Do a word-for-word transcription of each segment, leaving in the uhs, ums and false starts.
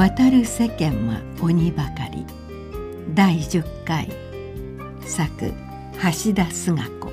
渡る世間は鬼ばかりだいじゅっかい作橋田壽賀子。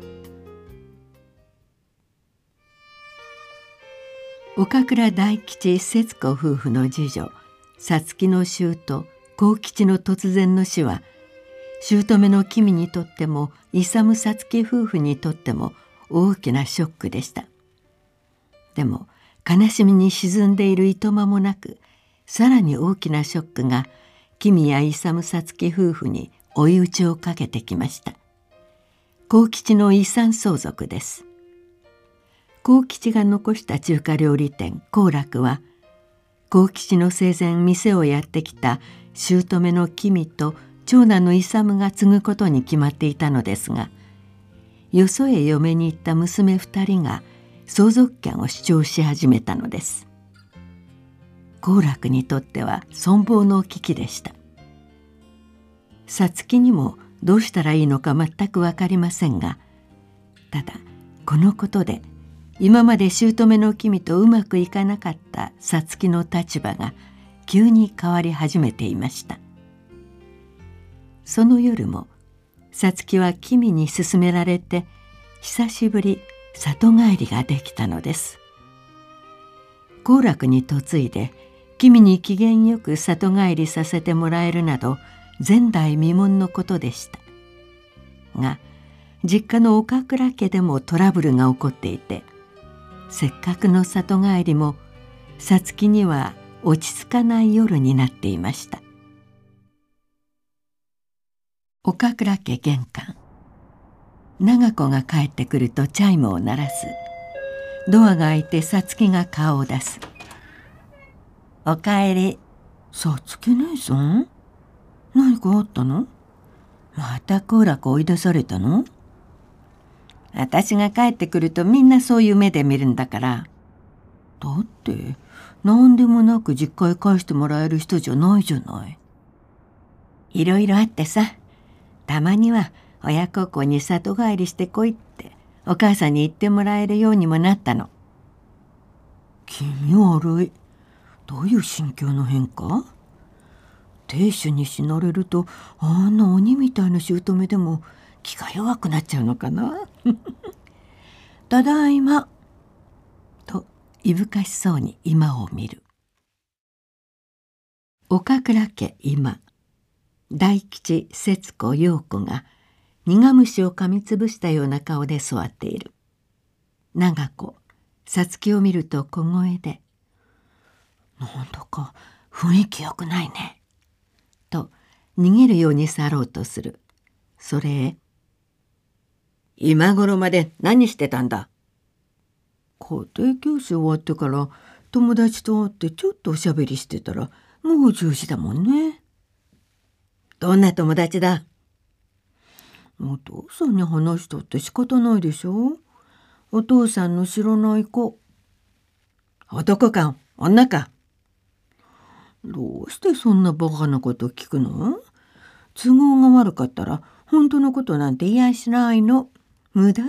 岡倉大吉節子夫婦の次女皐月の舅幸吉の突然の死は姑の君にとっても勇皐月夫婦にとっても大きなショックでした。でも悲しみに沈んでいるいとまもなく、さらに大きなショックが君や勇皐月夫婦に追い打ちをかけてきました。幸吉の遺産相続です。幸吉が残した中華料理店幸楽は、幸吉の生前店をやってきた姑の君と長男の勇が継ぐことに決まっていたのですが、よそへ嫁に行った娘二人が相続権を主張し始めたのです。幸楽にとっては存亡の危機でした。皐月にもどうしたらいいのか全く分かりませんが、ただこのことで今まで姑の君とうまくいかなかった皐月の立場が急に変わり始めていました。その夜も皐月は君に勧められて久しぶり里帰りができたのです。幸楽に嫁いで君に機嫌よく里帰りさせてもらえるなど前代未聞のことでした。が実家の岡倉家でもトラブルが起こっていて、せっかくの里帰りも皐月には落ち着かない夜になっていました。岡倉家玄関、長子が帰ってくるとチャイムを鳴らす。ドアが開いて皐月が顔を出す。おかえり。 皐月姉さん、何かあったの？また幸楽追い出されたの？ 私が帰ってくるとみんなそういう目で見るんだから。 だって何でもなく実家へ返してもらえる人じゃないじゃない。 いろいろあってさ、たまには親孝行に里帰りしてこいってお母さんに言ってもらえるようにもなったの。 気味悪い。どういう心境の変化？亭主に死なれるとあんな鬼みたいな姑でも気が弱くなっちゃうのかな。 ただいま。といぶかしそうに今を見る。岡倉家今、大吉節子陽子が苦虫を噛みつぶしたような顔で座っている。長子皐月を見ると小声で 「なんだか雰囲気よくないね」 と逃げるように去ろうとする。それへ 「今頃まで何してたんだ？」家庭教師終わってから友達と会ってちょっとおしゃべりしてたらもうじゅうじだもんね。 どんな友達だ？ お父さんに話したって仕方ないでしょ。お父さんの知らない子。 男か女か？ どうしてそんなバカなこと聞くの？都合が悪かったら本当のことなんて言いやしないの。無駄よ。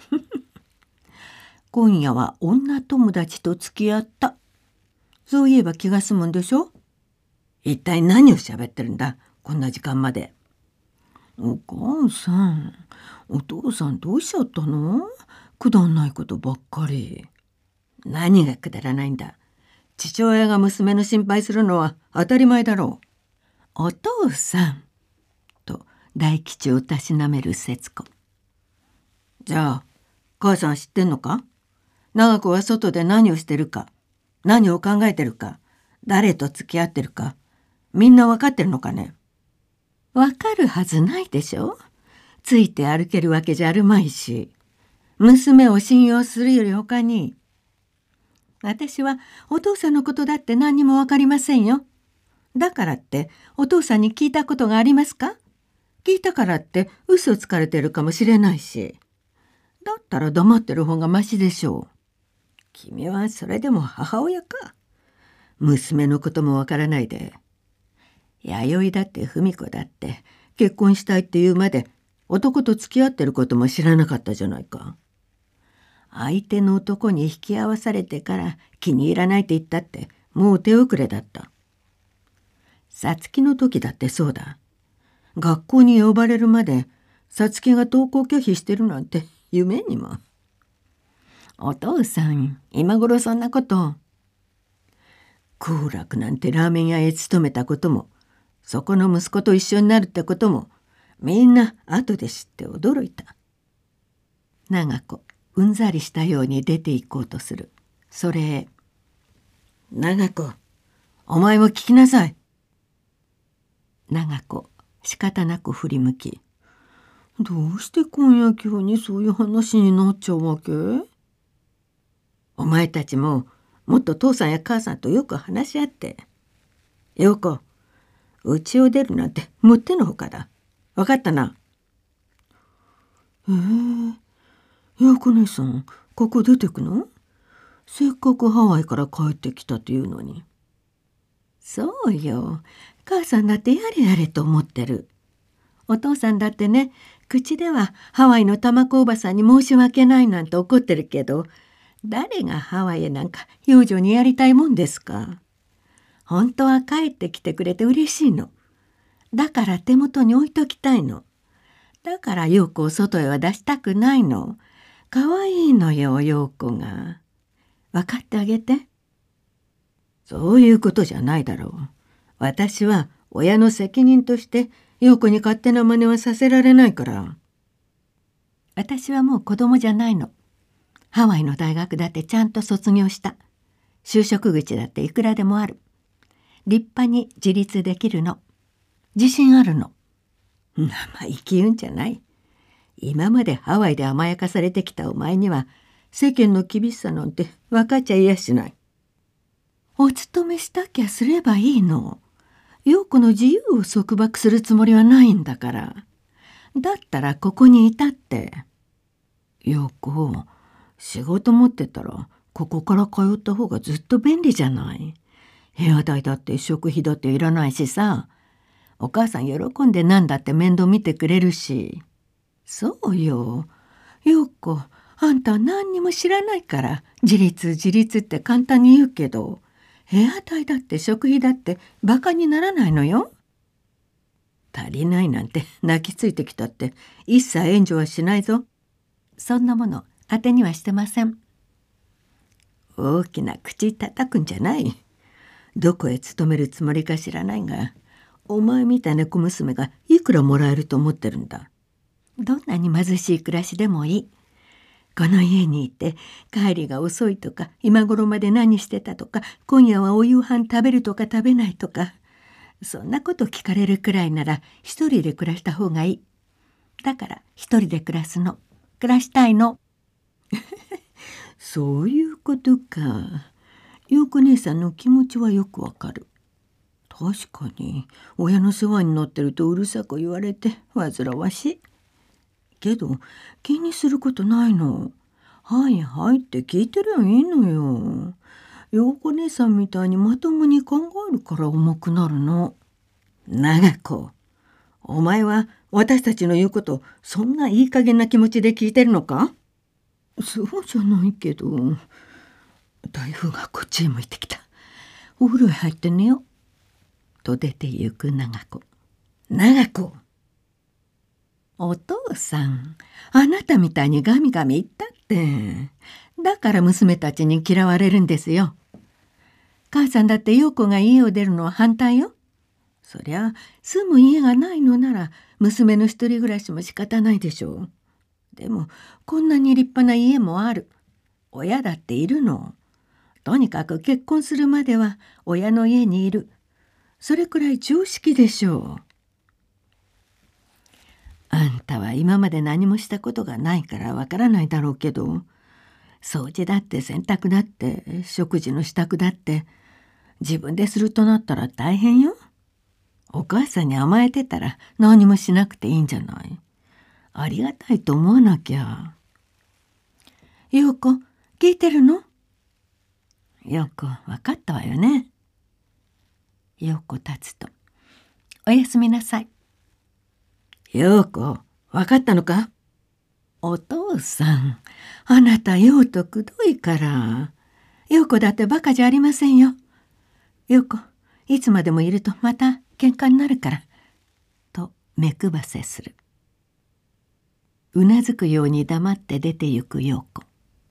今夜は女友達と付き合った。そういえば気が済むんでしょ。 一体何を喋ってるんだ、こんな時間まで。 お母さん、お父さんどうしちゃったの？くだんないことばっかり。 何がくだらないんだ。父親が娘の心配するのは当たり前だろう。 お父さんと大吉をたしなめる節子。じゃあ母さん知ってんのか？長子は外で何をしてるか、何を考えてるか、誰と付き合ってるか、みんな分かってるのかね？分かるはずないでしょ。ついて歩けるわけじゃあるまいし、娘を信用するより他に。私はお父さんのことだって何にも分かりませんよ。だからってお父さんに聞いたことがありますか？聞いたからって嘘つかれてるかもしれないし。だったら黙ってる方がましでしょう。君はそれでも母親か。娘のこともわからないで。弥生だって文子だって結婚したいって言うまで男と付き合ってることも知らなかったじゃないか。相手の男に引き合わされてから気に入らないって言ったってもう手遅れだった。 さつきの時だってそうだ。学校に呼ばれるまでさつきが登校拒否してるなんて夢にも。お父さん、今頃そんなこと。好楽なんてラーメン屋へ勤めたことも、そこの息子と一緒になるってことも、みんな後で知って驚いた。長子、うんざりしたように出て行こうとする。それへ、長子、お前も聞きなさい。長子、仕方なく振り向き、どうして今夜急にそういう話になっちゃうわけ？お前たちももっと父さんや母さんとよく話し合って。陽子、家を出るなんてもってのほかだ。分かったな。えー、陽子姉さん、ここ出てくの？せっかくハワイから帰ってきたというのに。そうよ、母さんだってやれやれと思ってる。お父さんだってね、口ではハワイの玉子おばさんに申し訳ないなんて怒ってるけど、誰がハワイへなんか養女にやりたいもんですか。本当は帰ってきてくれて嬉しいの。だから手元に置いときたいの。だから陽子を外へは出したくないの。かわいいのよ、陽子が。分かってあげて。そういうことじゃないだろう。私は親の責任として陽子に勝手な真似はさせられないから。私はもう子供じゃないの。ハワイの大学だってちゃんと卒業した。就職口だっていくらでもある。立派に自立できるの。自信あるの。生意気言うんじゃない。今までハワイで甘やかされてきたお前には世間の厳しさなんて分かっちゃいやしない。お勤めしたきゃすればいいの。陽子の自由を束縛するつもりはないんだから。だったらここにいたって。陽子、仕事持ってたらここから通った方がずっと便利じゃない。部屋代だって食費だっていらないしさ。お母さん喜んで何だって面倒見てくれるし。そうよ。陽子、あんたは何にも知らないから自立自立って簡単に言うけど、部屋代だって食費だってバカにならないのよ。足りないなんて泣きついてきたって一切援助はしないぞ。そんなもの当てにはしてません。大きな口叩くんじゃない。どこへ勤めるつもりか知らないが、お前みたいな小娘がいくらもらえると思ってるんだ。どんなに貧しい暮らしでもいい。この家にいて帰りが遅いとか、今頃まで何してたとか、今夜はお夕飯食べるとか食べないとか、そんなこと聞かれるくらいなら一人で暮らした方がいい。だから一人で暮らすの。暮らしたいの。そういうことか。陽子姉さんの気持ちはよくわかる。確かに親の世話になってるとうるさく言われて煩わしい。けど気にすることないの。はいはいって聞いてりゃいいのよ。陽子姉さんみたいにまともに考えるから重くなるの。長子、お前は私たちの言うことそんないい加減な気持ちで聞いてるのか？そうじゃないけど。台風がこっちへ向いてきた。お風呂へ入って寝よう。と出て行く長子。長子、お父さん、あなたみたいにガミガミ言ったって。だから娘たちに嫌われるんですよ。母さんだって陽子が家を出るのは反対よ。そりゃ住む家がないのなら娘の一人暮らしも仕方ないでしょう。でもこんなに立派な家もある。親だっているの。とにかく結婚するまでは親の家にいる。それくらい常識でしょう。あんたは今まで何もしたことがないからわからないだろうけど、掃除だって洗濯だって食事の支度だって自分でするとなったら大変よ。お母さんに甘えてたら何もしなくていいんじゃない。ありがたいと思わなきゃ。陽子、聞いてるの？陽子、分かったわよね。陽子立つと、おやすみなさい。陽子、分かったのか？お父さん、あなた用途くどいから。陽子だってバカじゃありませんよ。陽子、いつまでもいるとまた喧嘩になるから」と目くばせする。うなずくように黙って出てゆく陽子。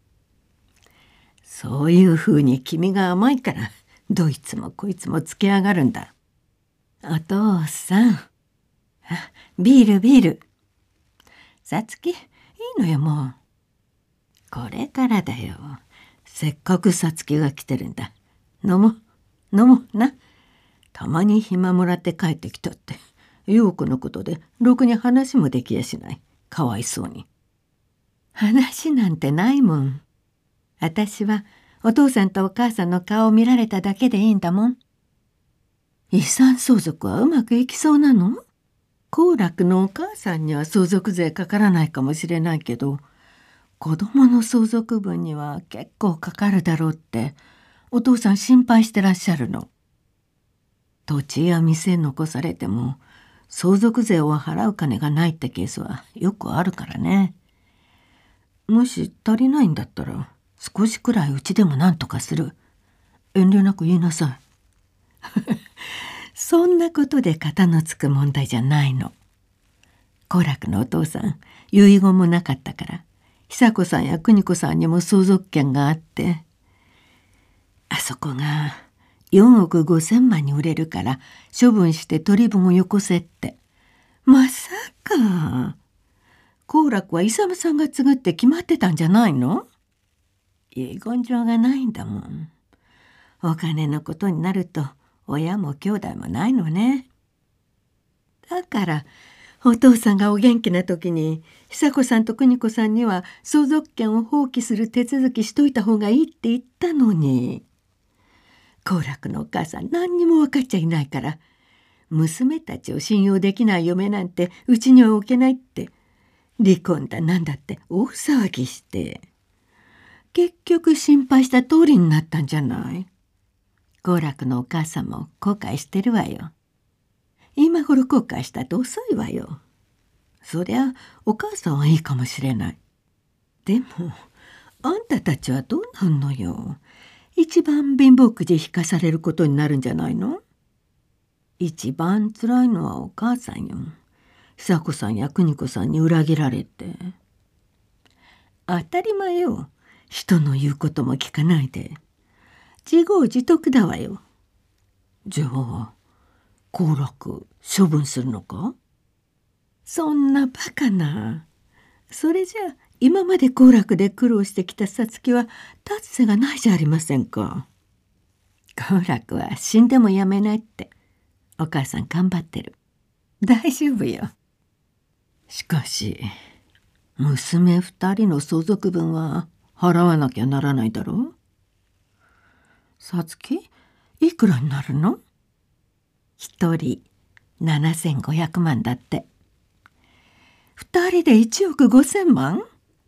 そういうふうに君が甘いからどいつもこいつもつけ上がるんだ。お父さん、あ、ビールビール。さつき、いいのよもう。これからだよ。せっかくさつきが来てるんだ。飲もう飲もうな。たまに暇もらって帰ってきたって陽子のことでろくに話もできやしない。かわいそうに。話なんてないもん。私はお父さんとお母さんの顔を見られただけでいいんだもん。遺産相続はうまくいきそうなの？好楽のお母さんには相続税かからないかもしれないけど、子供の相続分には結構かかるだろうってお父さん心配してらっしゃるの。土地や店残されても相続税を払う金がないってケースはよくあるからね。もし足りないんだったら少しくらいうちでも何とかする。遠慮なく言いなさい。そんなことで片のつく問題じゃないの。好楽のお父さん遺言もなかったから久子さんや邦子さんにも相続権があって、あそこがよんおくごせんまんに売れるから処分して取り分をよこせって。まさか好楽は勇さんが継ぐって決まってたんじゃないの？遺言状がないんだもん。お金のことになると親も兄弟もないのね。だからお父さんがお元気な時に久子さんと邦子さんには相続権を放棄する手続きしといた方がいいって言ったのに。好楽のお母さん何にも分かっちゃいないから娘たちを信用できない嫁なんてうちには置けないって離婚だなんだって大騒ぎして結局心配した通りになったんじゃない。好楽のお母さんも後悔してるわよ。今頃後悔したって遅いわよ。そりゃお母さんはいいかもしれない。でもあんたたちはどうなんのよ。一番貧乏くじ引かされることになるんじゃないの？一番つらいのはお母さんよ。久子さんや邦子さんに裏切られて。当たり前よ。人の言うことも聞かないで。自業自得だわよ。じゃあ好楽処分するのか？そんなバカな。それじゃあ今まで好楽で苦労してきたさつきは立つ瀬がないじゃありませんか。好楽は死んでもやめないってお母さん頑張ってる。大丈夫よ。しかし娘二人の相続分は払わなきゃならないだろう。さつきいくらになるの？一人ななせんごひゃくまんだって。二人でいちおくごせんまん？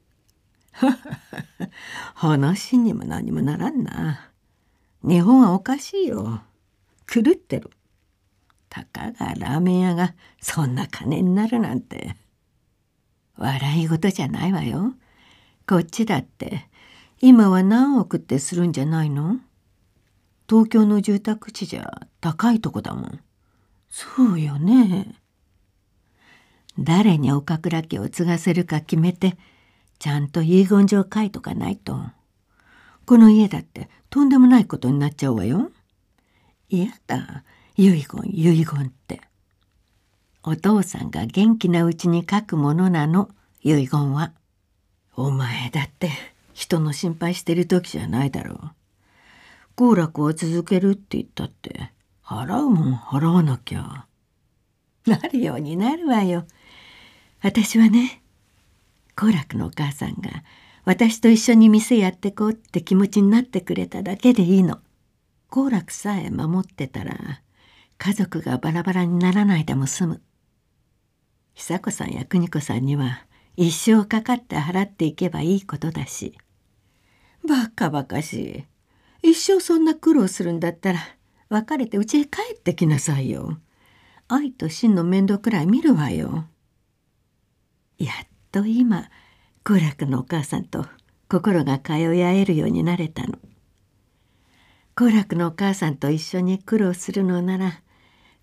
話にも何もならんな。日本はおかしいよ。狂ってる。たかがラーメン屋がそんな金になるなんて笑い事じゃないわよ。こっちだって今は何億ってするんじゃないの？東京の住宅地じゃ高いとこだもん。そうよね。誰に岡倉家を継がせるか決めてちゃんと遺言状書いとかないとこの家だってとんでもないことになっちゃうわよ。いやだ遺言遺言って。お父さんが元気なうちに書くものなの遺言は。お前だって人の心配してる時じゃないだろう。好楽を続けるって言ったって払うもん払わなきゃ。なるようになるわよ。私はね好楽のお母さんが私と一緒に店やってこうって気持ちになってくれただけでいいの。好楽さえ守ってたら家族がバラバラにならないでも済む。久子さんや邦子さんには一生かかって払っていけばいいことだし。バカバカしい。一生そんな苦労するんだったら別れて家へ帰ってきなさいよ。愛と真の面倒くらい見るわよ。やっと今好楽のお母さんと心が通い合えるようになれたの。好楽のお母さんと一緒に苦労するのなら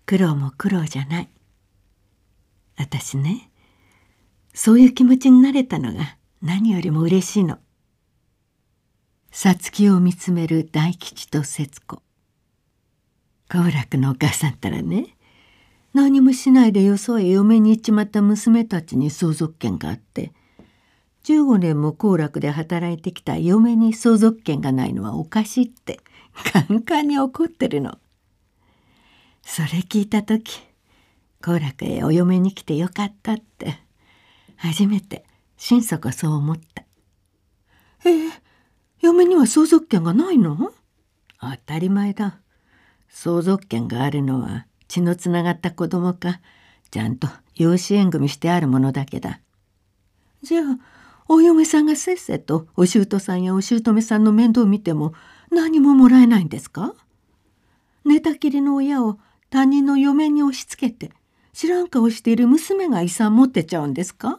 苦労も苦労じゃない。私ね、そういう気持ちになれたのが何よりも嬉しいの。さつきを見つめる大吉と節子。好楽のお母さんったらね、何もしないでよそへ嫁に行っちまった娘たちに相続権があって、じゅうごねんも好楽で働いてきた嫁に相続権がないのはおかしいってカンカンに怒ってるの。それ聞いた時、好楽へお嫁に来てよかったって初めて心底そう思った。えー、嫁には相続権がないの？当たり前だ。相続権があるのは血のつながった子供かちゃんと養子縁組してあるものだけだ。じゃあお嫁さんがせっせとお姑さんやお姑さんの面倒を見ても何ももらえないんですか？寝たきりの親を他人の嫁に押し付けて知らん顔している娘が遺産持ってちゃうんですか？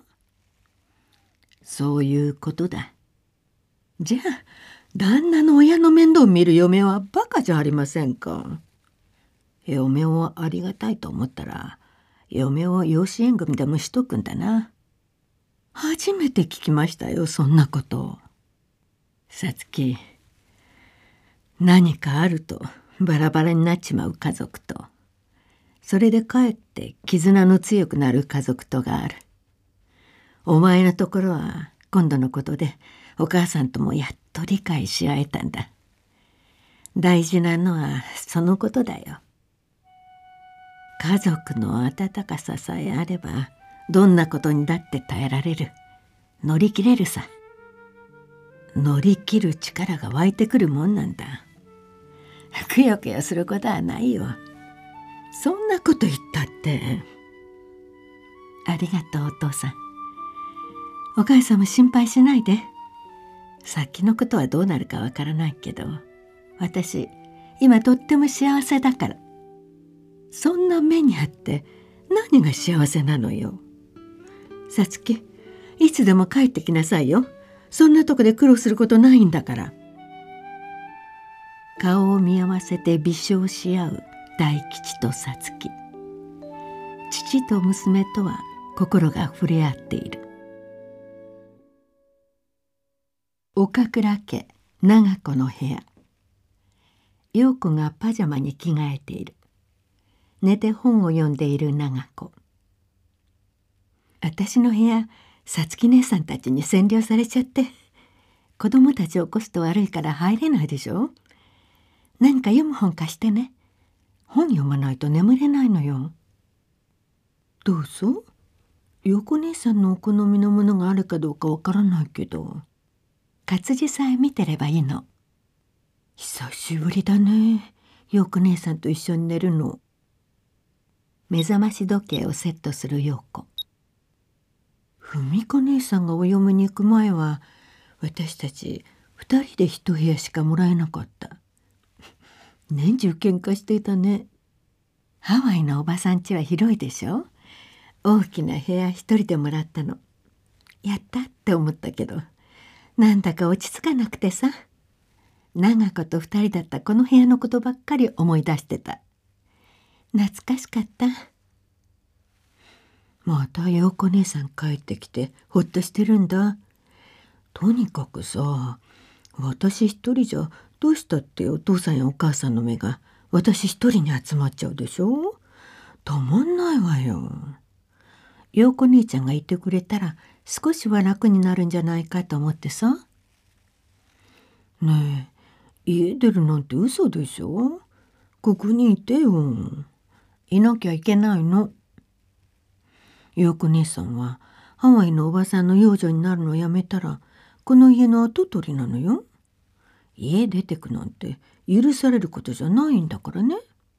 そういうことだ。じゃあ旦那の親の面倒を見る嫁はバカじゃありませんか。嫁をありがたいと思ったら嫁を養子縁組でもしとくんだな。初めて聞きましたよ、そんなことを。さつき、何かあるとバラバラになっちまう家族と、それでかえって絆の強くなる家族とがある。お前のところは今度のことでお母さんともやっと理解し合えたんだ。大事なのはそのことだよ。家族の温かささえあればどんなことにだって耐えられる。乗り切れるさ。乗り切る力が湧いてくるもんなんだ。くよくよすることはないよ。そんなこと言ったって。ありがとうお父さん。お母さんも心配しないで。先のことはどうなるかわからないけど、私今とっても幸せだから。そんな目にあって何が幸せなのよ。さつき、いつでも帰ってきなさいよ。そんなとこで苦労することないんだから。顔を見合わせて微笑し合う大吉とさつき。父と娘とは心が触れ合っている。岡倉家長子の部屋。陽子がパジャマに着替えている。寝て本を読んでいる長子。私の部屋、さつき姉さんたちに占領されちゃって、子供たちを起こすと悪いから入れないでしょ。何か読む本貸してね。本読まないと眠れないのよ。どうぞ。陽子姉さんのお好みのものがあるかどうかわからないけど、活字さえ見てればいいの。久しぶりだね、陽子姉さんと一緒に寝るの。目覚まし時計をセットする陽子。文子姉さんがお嫁に行く前は私たち二人で一部屋しかもらえなかった。年中喧嘩していたね。ハワイのおばさん家は広いでしょ。大きな部屋一人でもらったの。やったって思ったけど、なんだか落ち着かなくてさ。長子と二人だったこの部屋のことばっかり思い出してた。懐かしかった。また陽子姉さん帰ってきてほっとしてるんだ。とにかくさ、私一人じゃどうしたってお父さんやお母さんの目が私一人に集まっちゃうでしょ。たまんないわよ。陽子姉ちゃんがいてくれたら少しは楽になるんじゃないかと思ってさ。ねえ、家出るなんて嘘でしょ。ここにいてよ。いなきゃいけないの。陽子姉さんはハワイのおばさんの養女になるのをやめたらこの家の跡取りなのよ。家出てくなんて許されることじゃないんだからね。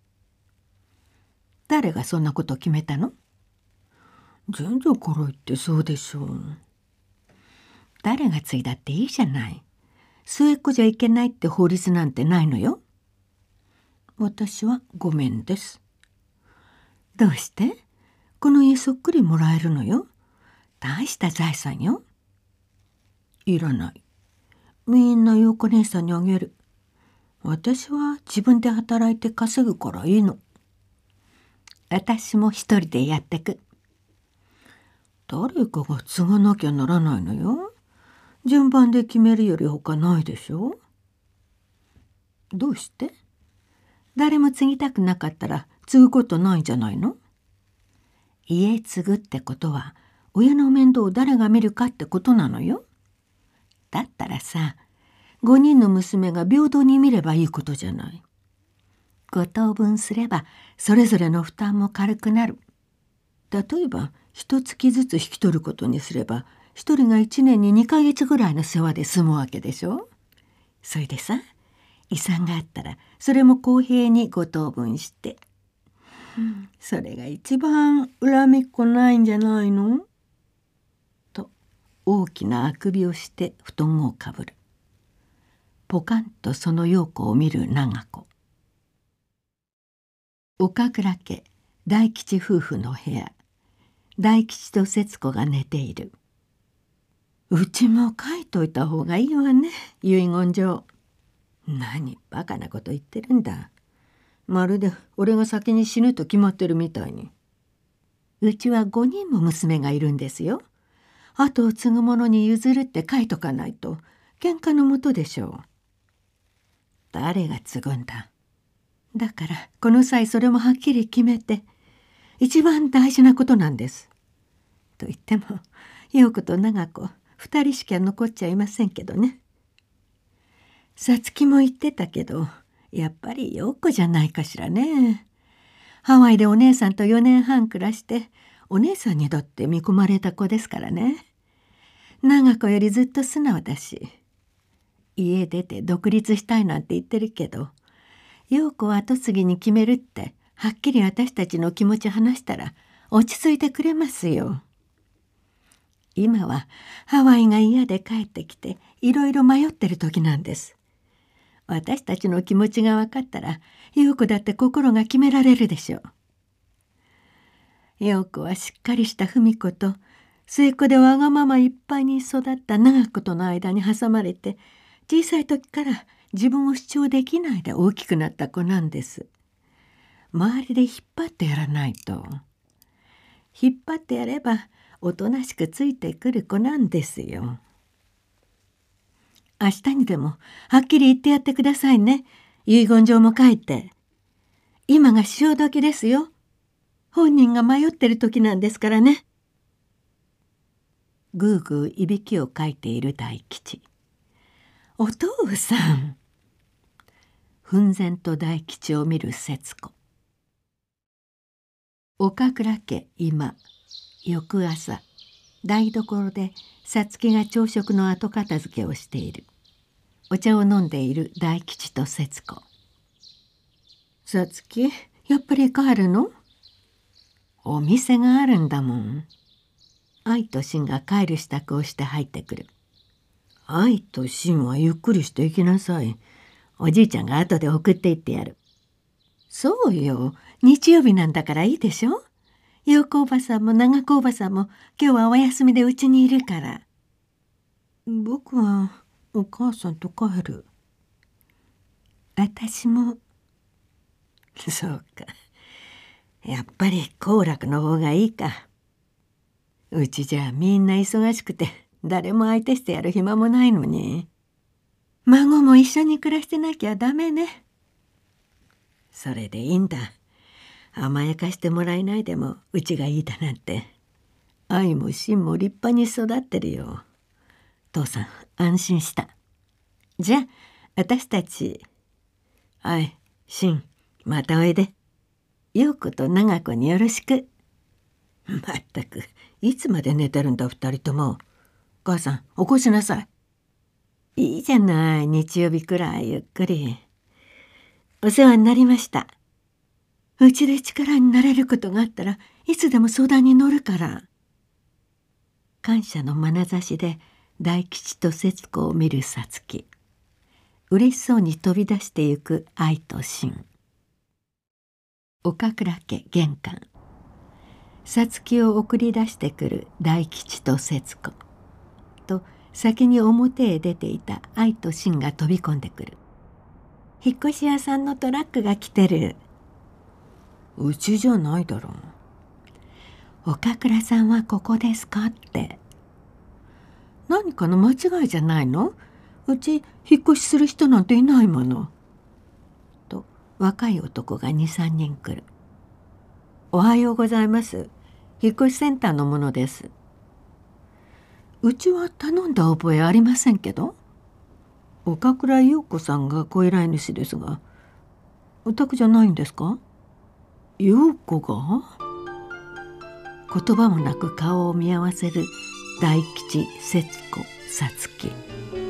誰がそんなこと決めたの？全然から言ってそうでしょう。誰が継いだっていいじゃない。末っ子じゃいけないって法律なんてないのよ。私はごめんです。どうして？この家そっくりもらえるのよ。大した財産よ。いらない。みんな陽子姉さんにあげる。私は自分で働いて稼ぐからいいの。 私も一人でやってく。 誰かが継がなきゃならないのよ。順番で決めるより他ないでしょ。どうして？ 誰も継ぎたくなかったら継ぐことないんじゃないの？家継ぐってことは親の面倒を誰が見るかってことなのよ。だったらさ、ごにんの娘が平等に見ればいいことじゃない。ご等分すればそれぞれの負担も軽くなる。 例えば一月ずつ引き取ることにすれば、一人が一年ににかげつぐらいの世話で済むわけでしょ。 それでさ、遺産があったらそれも公平にご等分して、 うん、それが一番恨みっこないんじゃないの？ と大きなあくびをして布団をかぶる。ポカンとその陽子を見る長子。岡倉家大吉夫婦の部屋。大吉と節子が寝ている。 うちも書いといた方がいいわね、遺言状。 何バカなこと言ってるんだ。まるで俺が先に死ぬと決まってるみたいに。うちはごにんも娘がいるんですよ。後を継ぐ者に譲るって書いとかないと喧嘩のもとでしょう。誰が継ぐんだ。だからこの際それもはっきり決めて、一番大事なことなんです。と言っても陽子と長子二人しか残っちゃいませんけどね。さつきも言ってたけど、やっぱり陽子じゃないかしらね。ハワイでお姉さんとよねんはん暮らして、お姉さんにだって見込まれた子ですからね。長子よりずっと素直だし、家出て独立したいなんて言ってるけど、陽子は後継ぎに決めるってはっきり私たちの気持ち話したら落ち着いてくれますよ。今はハワイが嫌で帰ってきていろいろ迷ってる時なんです。私たちの気持ちが分かったら陽子だって心が決められるでしょう。陽子はしっかりした文子と末っ子でわがままいっぱいに育った長子との間に挟まれて、小さい時から自分を主張できないで大きくなった子なんです。周りで引っ張ってやらないと。引っ張ってやればおとなしくついてくる子なんですよ。明日にでもはっきり言ってやってくださいね。遺言状も書いて。今が潮時ですよ。本人が迷ってる時なんですからね。ぐうぐういびきをかいている大吉。お父さん。奮然と大吉を見る節子。岡倉家今。翌朝、台所でさつきが朝食の後片付けをしている。お茶を飲んでいる大吉と節子。 さつき、やっぱり帰るの？ お店があるんだもん。愛と芯が帰る支度をして入ってくる。 愛と芯はゆっくりして行きなさい。 おじいちゃんが後で送って行ってやる。そうよ、日曜日なんだからいいでしょ。陽子おばさんも長子おばさんも今日はお休みでうちにいるから。 僕はお母さんと帰る。 私も。そうか。やっぱり行楽の方がいいか。うちじゃみんな忙しくて誰も相手してやる暇もないのに。孫も一緒に暮らしてなきゃダメね。それでいいんだ。甘やかしてもらえないでもうちがいいだなんて。愛も芯も立派に育ってるよ。父さん安心した。じゃあ私たち。愛、芯、またおいで。陽子と長子によろしく。まったくいつまで寝てるんだ二人とも。母さん起こしなさい。いいじゃない、日曜日くらいゆっくり。お世話になりました。うちで力になれることがあったらいつでも相談に乗るから。感謝の眼差しで大吉と節子を見るさつき。嬉しそうに飛び出してゆく愛と芯。岡倉家玄関。さつきを送り出してくる大吉と節子と先に表へ出ていた愛と芯が飛び込んでくる。引っ越し屋さんのトラックが来てる。 うちじゃないだろう。岡倉さんはここですかって。 何かの間違いじゃないの？うち引っ越しする人なんていないもの。 と若い男がにさんにん来る。おはようございます。引っ越しセンターのものです。 うちは頼んだ覚えありませんけど。岡倉陽子さんがご依頼主ですが、お宅じゃないんですか？陽子が？ 言葉もなく顔を見合わせる大吉、節子、皐月。